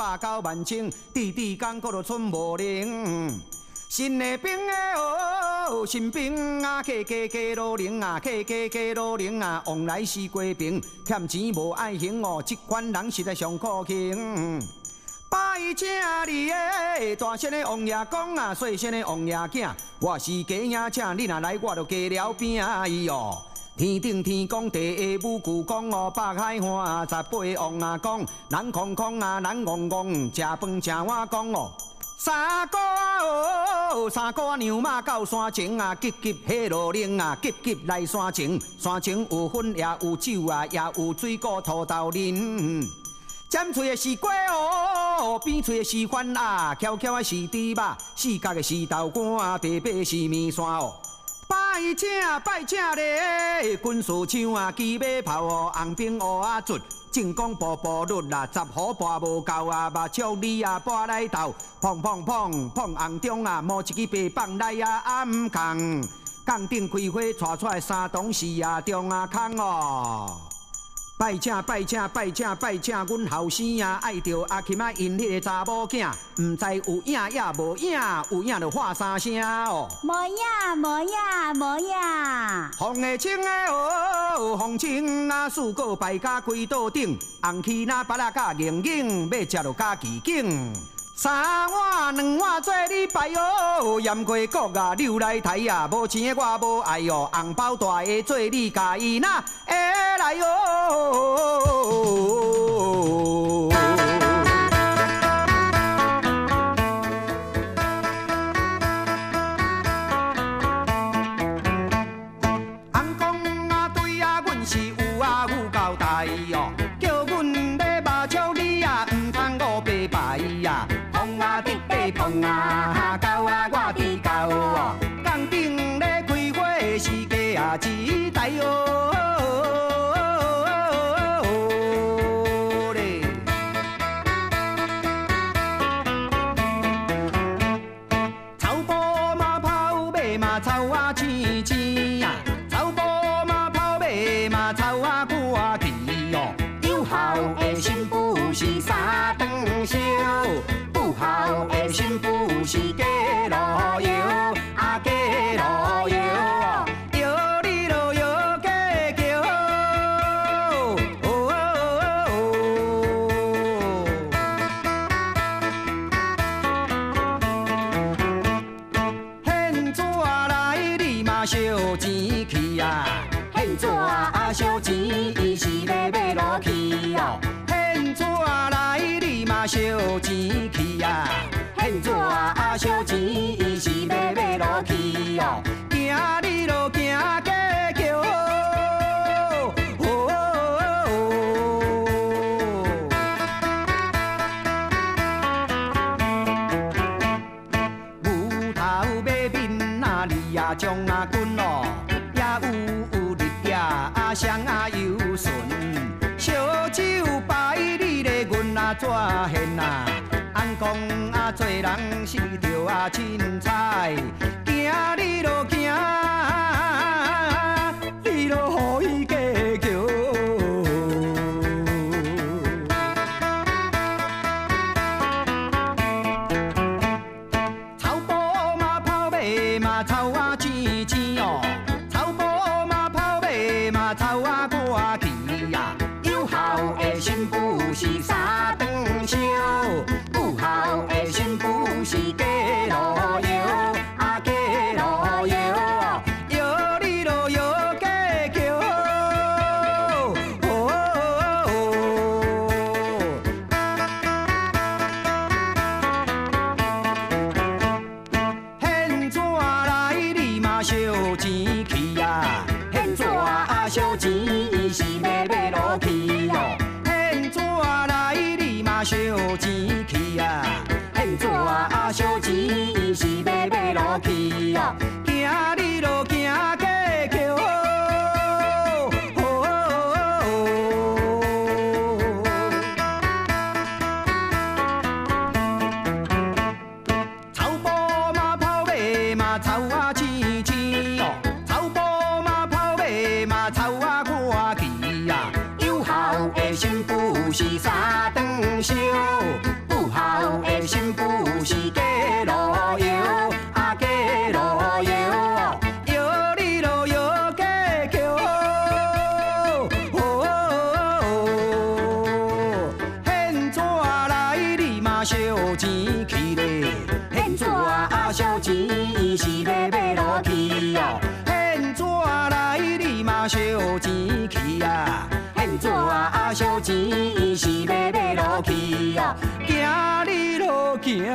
9900、90000，地地讲个就春无灵。新的兵的哦， 新兵啊，家路灵啊，家路灵啊，往来是过平，欠钱无爱还哦，这款人实在上可轻。拜请你的大声的王爷公啊，细声的王爷囝，我是家兄，请你若来，我就加了饼哦。天顶天公地下武句讲哦，北海岸18王啊讲，人空空啊，人戆戆，食饭食碗讲哦。三哥哦，三哥牛马到山前啊，急急下路灵啊，急急来山前，山前有粉也有酒啊，也有水果土豆啉。尖嘴的是鸡哦，扁嘴的是番啊，翘翘的是猪肉，四角的是豆干，白白是面线哦。拜请咧，军事枪啊，机马炮哦，红兵乌啊卒，正讲步步率啦，10虎跋无够啊，目睭你啊跋来斗，砰砰砰砰红中啊，摸一支白棒来啊暗空，杠顶开花带出来三栋四啊中啊空哦。拜请，阮后生啊，爱着阿琴啊，因迄个查某囝，毋知有影也无影，有影就喊三声哦。 无影。 红的青的哦，红青啊，四个摆甲规桌顶，红旗那巴拉甲硬硬，要食就加奇景。三碗两碗做你拜哦，盐过国啊，溜来台啊，无钱的我无爱哦，红包大的做你家己那会来哦。红公啊对啊，阮是有啊有交代哦，叫阮咧目睭你啊，毋通五白白呀。碰啊得白碰啊，狗啊我伫狗哦，杠顶咧开花是鸡啊一台哦咧。草埔嘛跑马嘛草啊青青呀，草埔嘛跑马嘛草啊久啊去哦，有孝的新妇是三顿烧。好的新妇是家路摇，啊家路摇，摇你咯摇家桥。现纸来你嘛烧钱去啊，现纸啊烧钱伊是要买落去哦。现纸来你嘛烧钱去啊，现纸啊烧钱伊是要买落去哦，行你咯行家桥。牛头马面啊你啊将啊滚哦，也有日夜啊双啊游顺，烧酒摆你咧阮啊怎现啊？红公啊，做人是着啊凊彩，行你咯行，你咯予伊家桥。草埔嘛跑马嘛草啊青青哦，草埔嘛跑马嘛草啊我去呀，有孝的新妇是三顿烧。好的新妇是家路摇，啊家路摇，摇你咯摇家桥。现纸来你嘛烧钱去啊，现纸啊烧钱伊是要买落去哦，现纸来你嘛烧钱去啊。现纸啊烧钱伊是要买落去哦，行你咯行家桥。草埔嘛跑马嘛草啊青青哦，草埔嘛跑马嘛草啊我去呀，有孝的新妇是三顿烧。好的新妇是家路摇，啊家路摇， 是要买落去哦。现纸来你嘛烧钱去啊，现纸啊烧钱是要买落去哦，行你路行。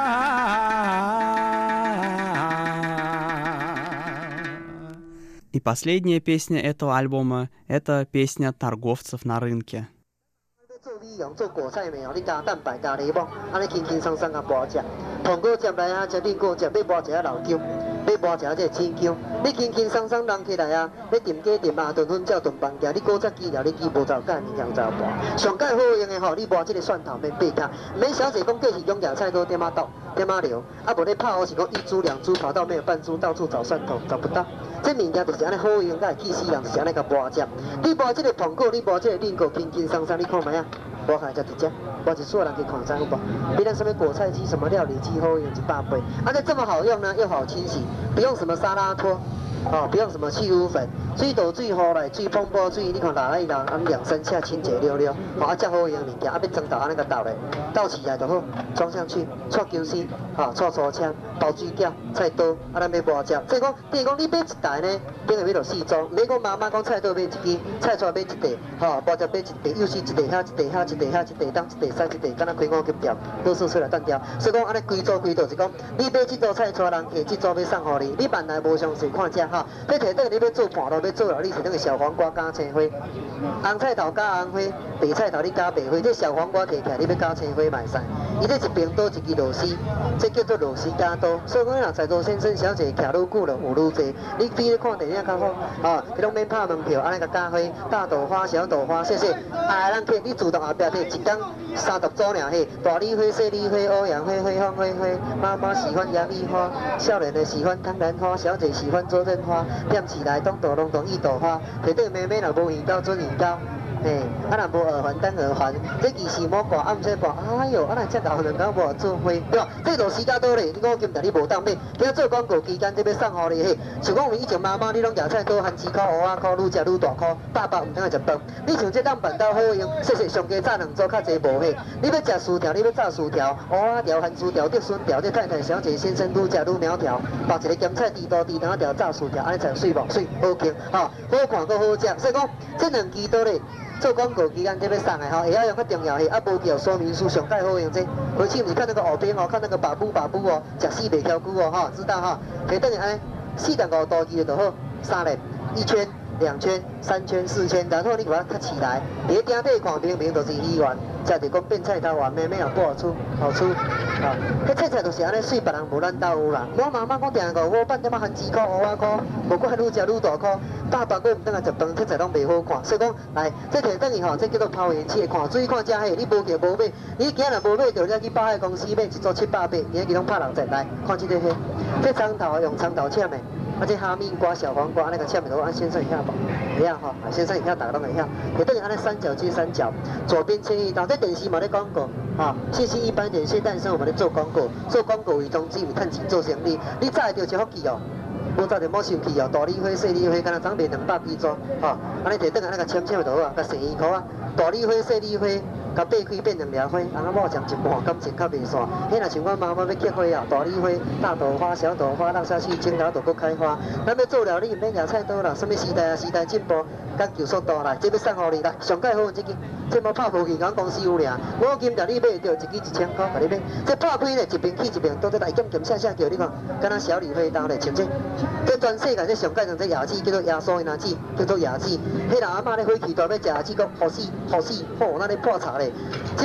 И последняя песня этого альбома – это песня торговцев на рынке. 做米用做果菜面哦，你加蛋白加柠檬，安尼轻轻松松啊剥食，糖果接来啊，食面果食，要剥食老姜，要剥食这青姜，你轻轻松松人起来啊，要炖鸡炖鸭炖粉饺炖饭羹，你果汁机了，你机无走干，物件有走剥。上介好用的吼，你剥这个蒜头免八卡，免小姐讲过是用野菜多点仔倒，点仔留，啊无咧拍好是讲一株两株跑到没有半株，到处找蒜头找不到。这物件就是安尼好用，甲会气死人，就是安尼甲剥食。你剥这个糖果，你剥这个面果，轻轻松松，你看卖啊。剥开才直接，剥一撮人去看知有无？比咱什么果菜机、什么料理机好用100倍，而且这么好用呢，又好清洗，不用什么沙拉拖，哦，不用什么去污粉，水倒水好来，水碰泡水，你看拿来一拿，按2-3下清洁溜溜，哦，啊，这好用物件，啊，要蒸到安尼个倒嘞，倒起来就好，装上去，搓姜丝，哈，搓粗枪，包水饺、菜刀，啊，咱要剥食。所以讲，比如讲你买一台呢，等于买落4组，免讲妈妈讲菜刀买1支，菜菜买1袋，哈，剥食买1袋，又是1袋遐、1袋遐、1袋遐、1袋当、1袋塞、1袋，敢若开5级条，倒数出来断掉。所以讲安尼规组规倒是讲，你买这组菜带人客，这组要送互你，你万来无详细看遮哈。你摕倒你要做盘路，要做了，你摕倒个小黄瓜加青花，红菜头加红花，白菜头你加白花，这小黄瓜摕起来你要加青花嘛会使。伊这一边倒一支螺丝，这叫做螺丝加刀。所以讲，若在座先生小姐徛愈久了有愈济，你比咧看电影较好啊，你拢免拍门票，安尼甲加花，大豆花、小豆花，谢谢。啊，咱客你自动后壁摕一工30组尔嘿，大丽花、小丽花、欧阳花、花芳花花，妈妈喜欢洋芋花，少年的喜欢汤兰花，小姐喜欢周正花，点起来咚咚咚咚一朵花，摕倒妹妹若无耳高准耳高。嘿，啊若无耳环等耳环，这其实莫挂，啊毋说挂，哎哟，啊若遮老两讲无做花，对吧？这螺丝加多咧，你5金但你无当买，今仔做广告期间，这要送互你嘿。像讲以前妈妈你拢野菜多含2块、5块，愈食愈大块，爸爸毋通食饭。你像这当办到好用，说说上加炸2组较济无嘿。你要食薯条，你要炸薯条，蚵仔条、番薯条、竹笋条，这太太小姐先生愈食愈苗条，包一个咸菜猪肚猪肠条炸薯条，安尼才水无水好轻，吼，好看阁好食。所以讲这2支倒咧。做广告期间这要送的吼，会晓用较重要是啊，无叫说明书上盖好用这，回去你看那个后边哦，看那个把布哦，食死袂挑久哦，哈，知道哈？可以等于安尼4.5度记就好，3粒1圈、2圈、3圈、4圈，然后你把它起来，你顶底看明明就是鱼丸，食着讲变菜头丸，妹妹也不好出，好出。啊，迄菜菜就是安尼水，别人无咱兜有啦。我妈妈讲定个5饭点仔含2块、5块，无怪愈食愈大块。爸爸佫毋等来食饭，菜菜拢袂好看。所以讲，来，这摕等于吼，这叫做抛元气，看水看遮嘿，你无叫无买，你今日无买着，你去百货公司买一组700块，今日拢拍60来，看这个嘿，这葱头用葱头切的。啊，这哈密瓜、小黄瓜，那个切面都按先生一下吧，一样哈，先生一下打个洞一下，也等于按那3角接3角，左边切一刀。这电视嘛咧广告，啊，信息一般点，现诞生我们咧做广告，做广告为宗旨，为趁钱做生意。你早会着一福气哦，无早就莫生气哦。大丽花、小丽花，敢若总卖200几组，哈，安尼摕等下那个签就好啊，甲12块啊，大丽花、小丽花。甲掰开变2粒花，翁仔某将一半，感情较袂散。迄若像阮妈妈要结花啊，大丽花、大豆花、小豆花，让下去青桃都搁开花。咱要做料理，免野菜刀啦，什么时代啊？时代进步，讲求速度啦，这要送互你啦。上盖好用这支，这无拍无去，咱公司有俩。5金条你买着一支1000块，甲你买。这拍开咧，一边起一边倒，这来减减下下叫你看，敢若小李花刀咧，像这。这全世界这上盖上这牙齿叫做亚索因牙齿，叫做牙齿。迄人阿嬷咧火气大要食牙齿，讲好死好死，好，咱咧破茶咧。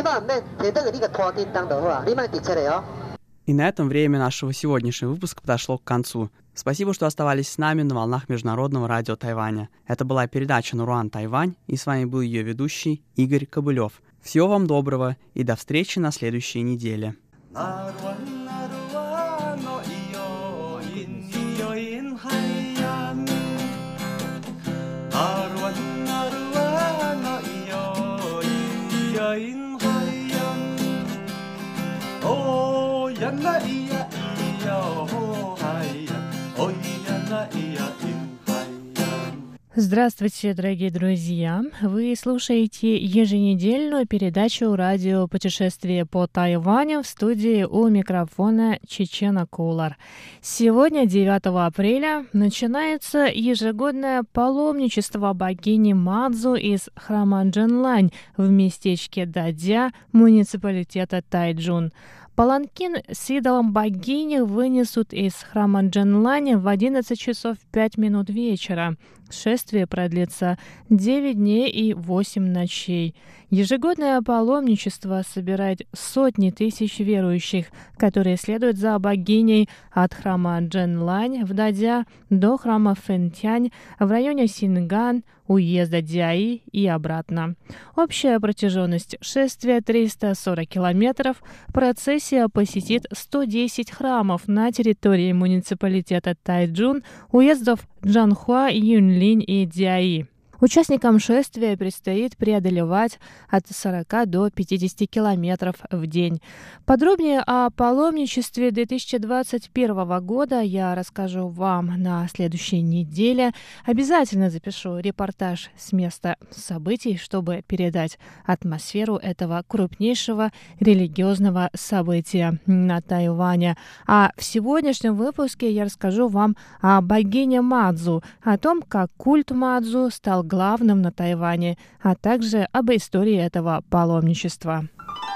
И на этом время нашего сегодняшнего выпуска подошло к концу. Спасибо, что оставались с нами на волнах Международного радио Тайваня. Это была передача «Наруан Тайвань», и с вами был ее ведущий Игорь Кобылев. Всего вам доброго и до встречи на следующей неделе. Здравствуйте, дорогие друзья! Вы слушаете еженедельную передачу радио «Путешествие по Тайваню», в студии у микрофона Чечена Кулар. Сегодня, 9 апреля, начинается ежегодное паломничество богини Мадзу из храма Джэнлань в местечке Дадя муниципалитета Тайчжун. Паланкин с идолом богини вынесут из храма Джэнлань в 11 часов 5 минут вечера. Шествие продлится 9 дней и 8 ночей. Ежегодное паломничество собирает сотни тысяч верующих, которые следуют за богиней от храма Джэнлань в Дадя до храма Фэнтянь в районе Синган, уезда Дяи и обратно. Общая протяженность шествия 340 километров. Процессия посетит 110 храмов на территории муниципалитета Тайчжун, уездов Джанхуа, Юньлинь и Дяи. Участникам шествия предстоит преодолевать от 40 до 50 километров в день. Подробнее о паломничестве 2021 года я расскажу вам на следующей неделе. Обязательно запишу репортаж с места событий, чтобы передать атмосферу этого крупнейшего религиозного события на Тайване. А в сегодняшнем выпуске я расскажу вам о богине Мадзу, о том, как культ Мадзу стал главным на Тайване, а также об истории этого паломничества.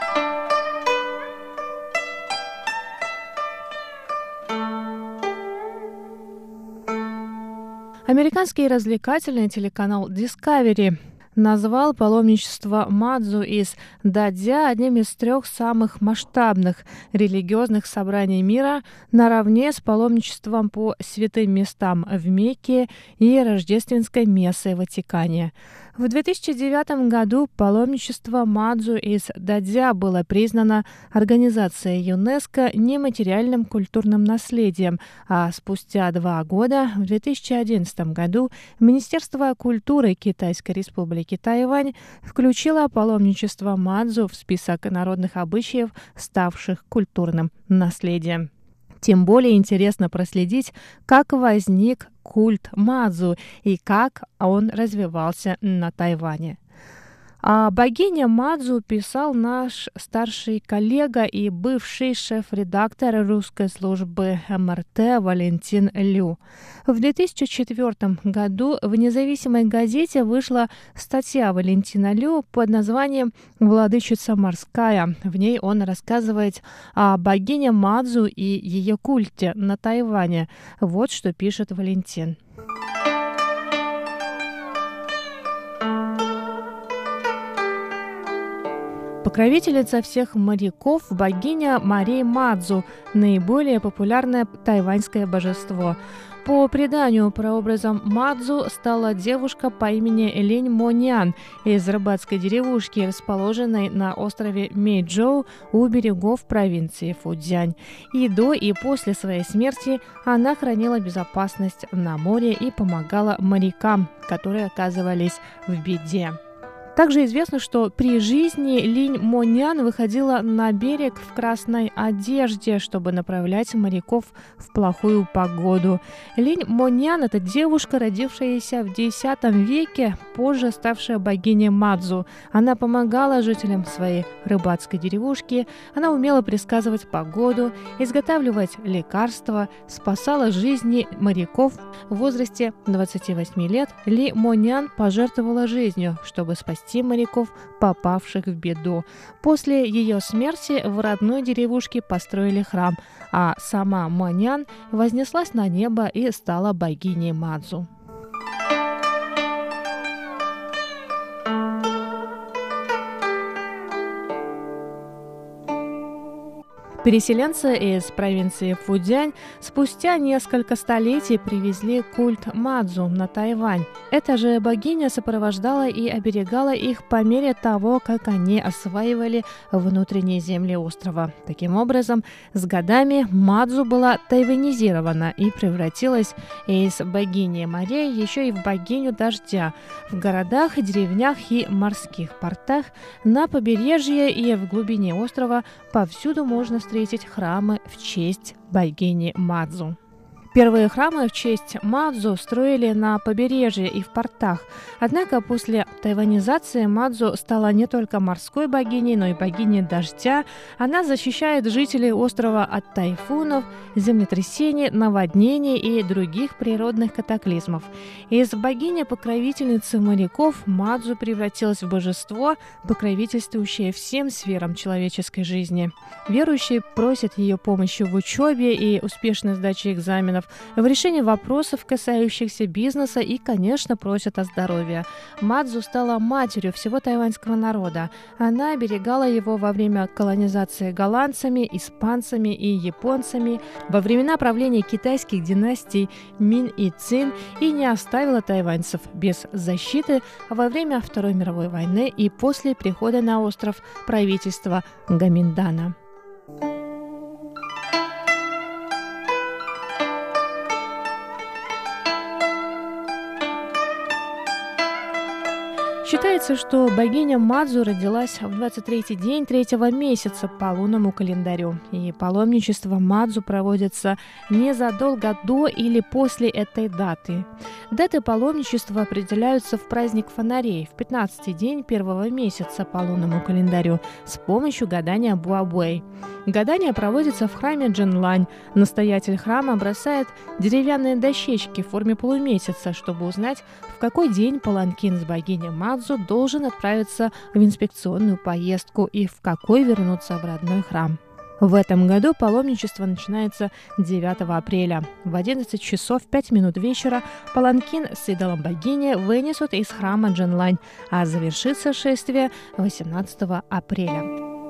Американский развлекательный телеканал Discovery назвал паломничество Мадзу из Дадя одним из 3 самых масштабных религиозных собраний мира, наравне с паломничеством по святым местам в Мекке и рождественской мессой в Ватикане. В 2009 году паломничество Мадзу из Дадя было признано Организацией ЮНЕСКО нематериальным культурным наследием, а спустя 2 года, в 2011 году, Министерство культуры Китайской Республики Тайвань включило паломничество Мадзу в список народных обычаев, ставших культурным наследием. Тем более интересно проследить, как возник культ Мадзу и как он развивался на Тайване. О богине Мадзу писал наш старший коллега и бывший шеф-редактор русской службы МРТ Валентин Лю. В 2004 году в независимой газете вышла статья Валентина Лю под названием «Владычица морская». В ней он рассказывает о богине Мадзу и ее культе на Тайване. Вот что пишет Валентин. Покровительница всех моряков, богиня морей Мадзу, наиболее популярное тайваньское божество. По преданию, прообразом Мадзу стала девушка по имени Линь Монян из рыбацкой деревушки, расположенной на острове Мэйчжоу у берегов провинции Фудзянь. И до, и после своей смерти она хранила безопасность на море и помогала морякам, которые оказывались в беде. Также известно, что при жизни Линь Монян выходила на берег в красной одежде, чтобы направлять моряков в плохую погоду. Линь Монян – это девушка, родившаяся в X веке, позже ставшая богиней Мадзу. Она помогала жителям своей рыбацкой деревушки, она умела предсказывать погоду, изготавливать лекарства, спасала жизни моряков. В возрасте 28 лет Ли Монян пожертвовала жизнью, чтобы спасти моряков, попавших в беду. После ее смерти в родной деревушке построили храм, а сама Монян вознеслась на небо и стала богиней Мадзу. Переселенцы из провинции Фудзянь спустя несколько столетий привезли культ Мадзу на Тайвань. Эта же богиня сопровождала и оберегала их по мере того, как они осваивали внутренние земли острова. Таким образом, с годами Мадзу была тайванизирована и превратилась из богини морей еще и в богиню дождя. В городах, деревнях и морских портах, на побережье и в глубине острова повсюду можно встретить храмы в честь богини Мадзу. Первые храмы в честь Мадзу строили на побережье и в портах. Однако после тайванизации Мадзу стала не только морской богиней, но и богиней дождя. Она защищает жителей острова от тайфунов, землетрясений, наводнений и других природных катаклизмов. Из богини-покровительницы моряков Мадзу превратилась в божество, покровительствующее всем сферам человеческой жизни. Верующие просят ее помощи в учебе и успешной сдаче экзаменов, в решении вопросов, касающихся бизнеса, и, конечно, просят о здоровье. Мадзу стала матерью всего тайваньского народа. Она оберегала его во время колонизации голландцами, испанцами и японцами, во времена правления китайских династий Мин и Цин, и не оставила тайваньцев без защиты во время Второй мировой войны и после прихода на остров правительства Гоминдана. Считается, что богиня Мадзу родилась в 23-й день 3-го месяца по лунному календарю, и паломничество Мадзу проводится незадолго до или после этой даты. Даты паломничества определяются в праздник фонарей в 15-й день 1-го месяца по лунному календарю с помощью гадания Буабуэй. Гадание проводится в храме Дженлань. Настоятель храма бросает деревянные дощечки в форме полумесяца, чтобы узнать, в какой день паланкин с богиней Мадзу должен отправиться в инспекционную поездку и в какой вернуться в родной храм. В этом году паломничество начинается 9 апреля. В 11 часов 5 минут вечера паланкин с идолом богини вынесут из храма Дженлань, а завершится шествие 18 апреля.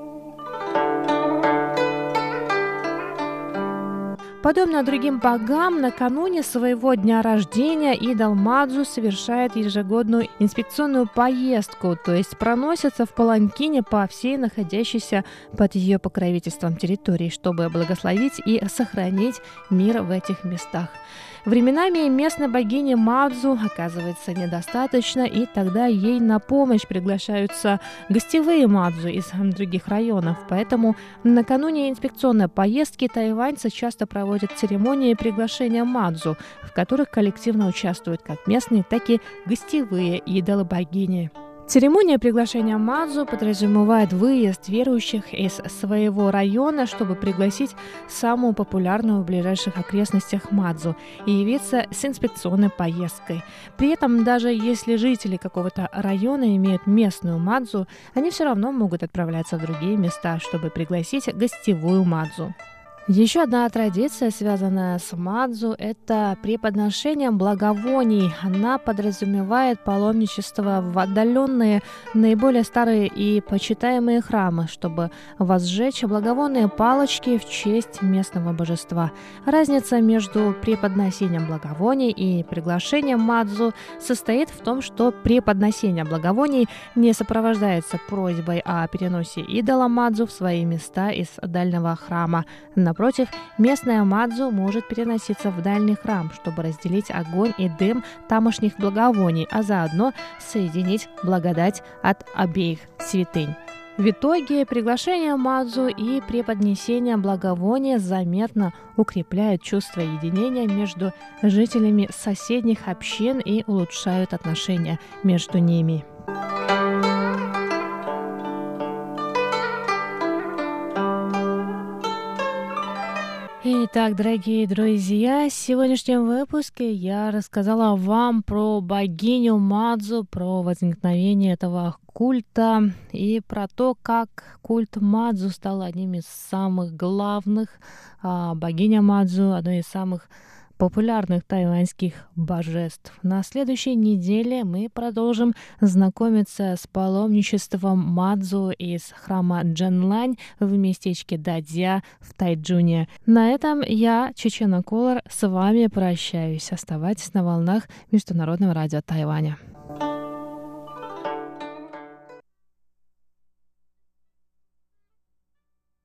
Подобно другим богам, накануне своего дня рождения идол Мадзу совершает ежегодную инспекционную поездку, то есть проносится в паланкине по всей находящейся под ее покровительством территории, чтобы благословить и сохранить мир в этих местах. Временами местной богини Мадзу оказывается недостаточно, и тогда ей на помощь приглашаются гостевые Мадзу из других районов. Поэтому накануне инспекционной поездки тайваньцы часто проводят церемонии приглашения Мадзу, в которых коллективно участвуют как местные, так и гостевые идолы богини. Церемония приглашения Мадзу подразумевает выезд верующих из своего района, чтобы пригласить самую популярную в ближайших окрестностях Мадзу и явиться с инспекционной поездкой. При этом, даже если жители какого-то района имеют местную Мадзу, они все равно могут отправляться в другие места, чтобы пригласить гостевую Мадзу. Еще одна традиция, связанная с Мадзу, это преподношение благовоний. Она подразумевает паломничество в отдаленные, наиболее старые и почитаемые храмы, чтобы возжечь благовонные палочки в честь местного божества. Разница между преподносением благовоний и приглашением Мадзу состоит в том, что преподносение благовоний не сопровождается просьбой о переносе идола Мадзу в свои места из дальнего храма. Напротив, местная Мадзу может переноситься в дальний храм, чтобы разделить огонь и дым тамошних благовоний, а заодно соединить благодать от обеих святынь. В итоге приглашение Мадзу и преподнесение благовония заметно укрепляют чувство единения между жителями соседних общин и улучшают отношения между ними. Итак, дорогие друзья, в сегодняшнем выпуске я рассказала вам про богиню Мадзу, про возникновение этого культа и про то, как культ Мадзу стал одним из самых главных, богиня Мадзу одной из самых популярных тайваньских божеств. На следующей неделе мы продолжим знакомиться с паломничеством Мадзу из храма Дженлань в местечке Дадзя в Тайчжуне. На этом я, Чечена Кулар, с вами прощаюсь. Оставайтесь на волнах Международного радио Тайваня.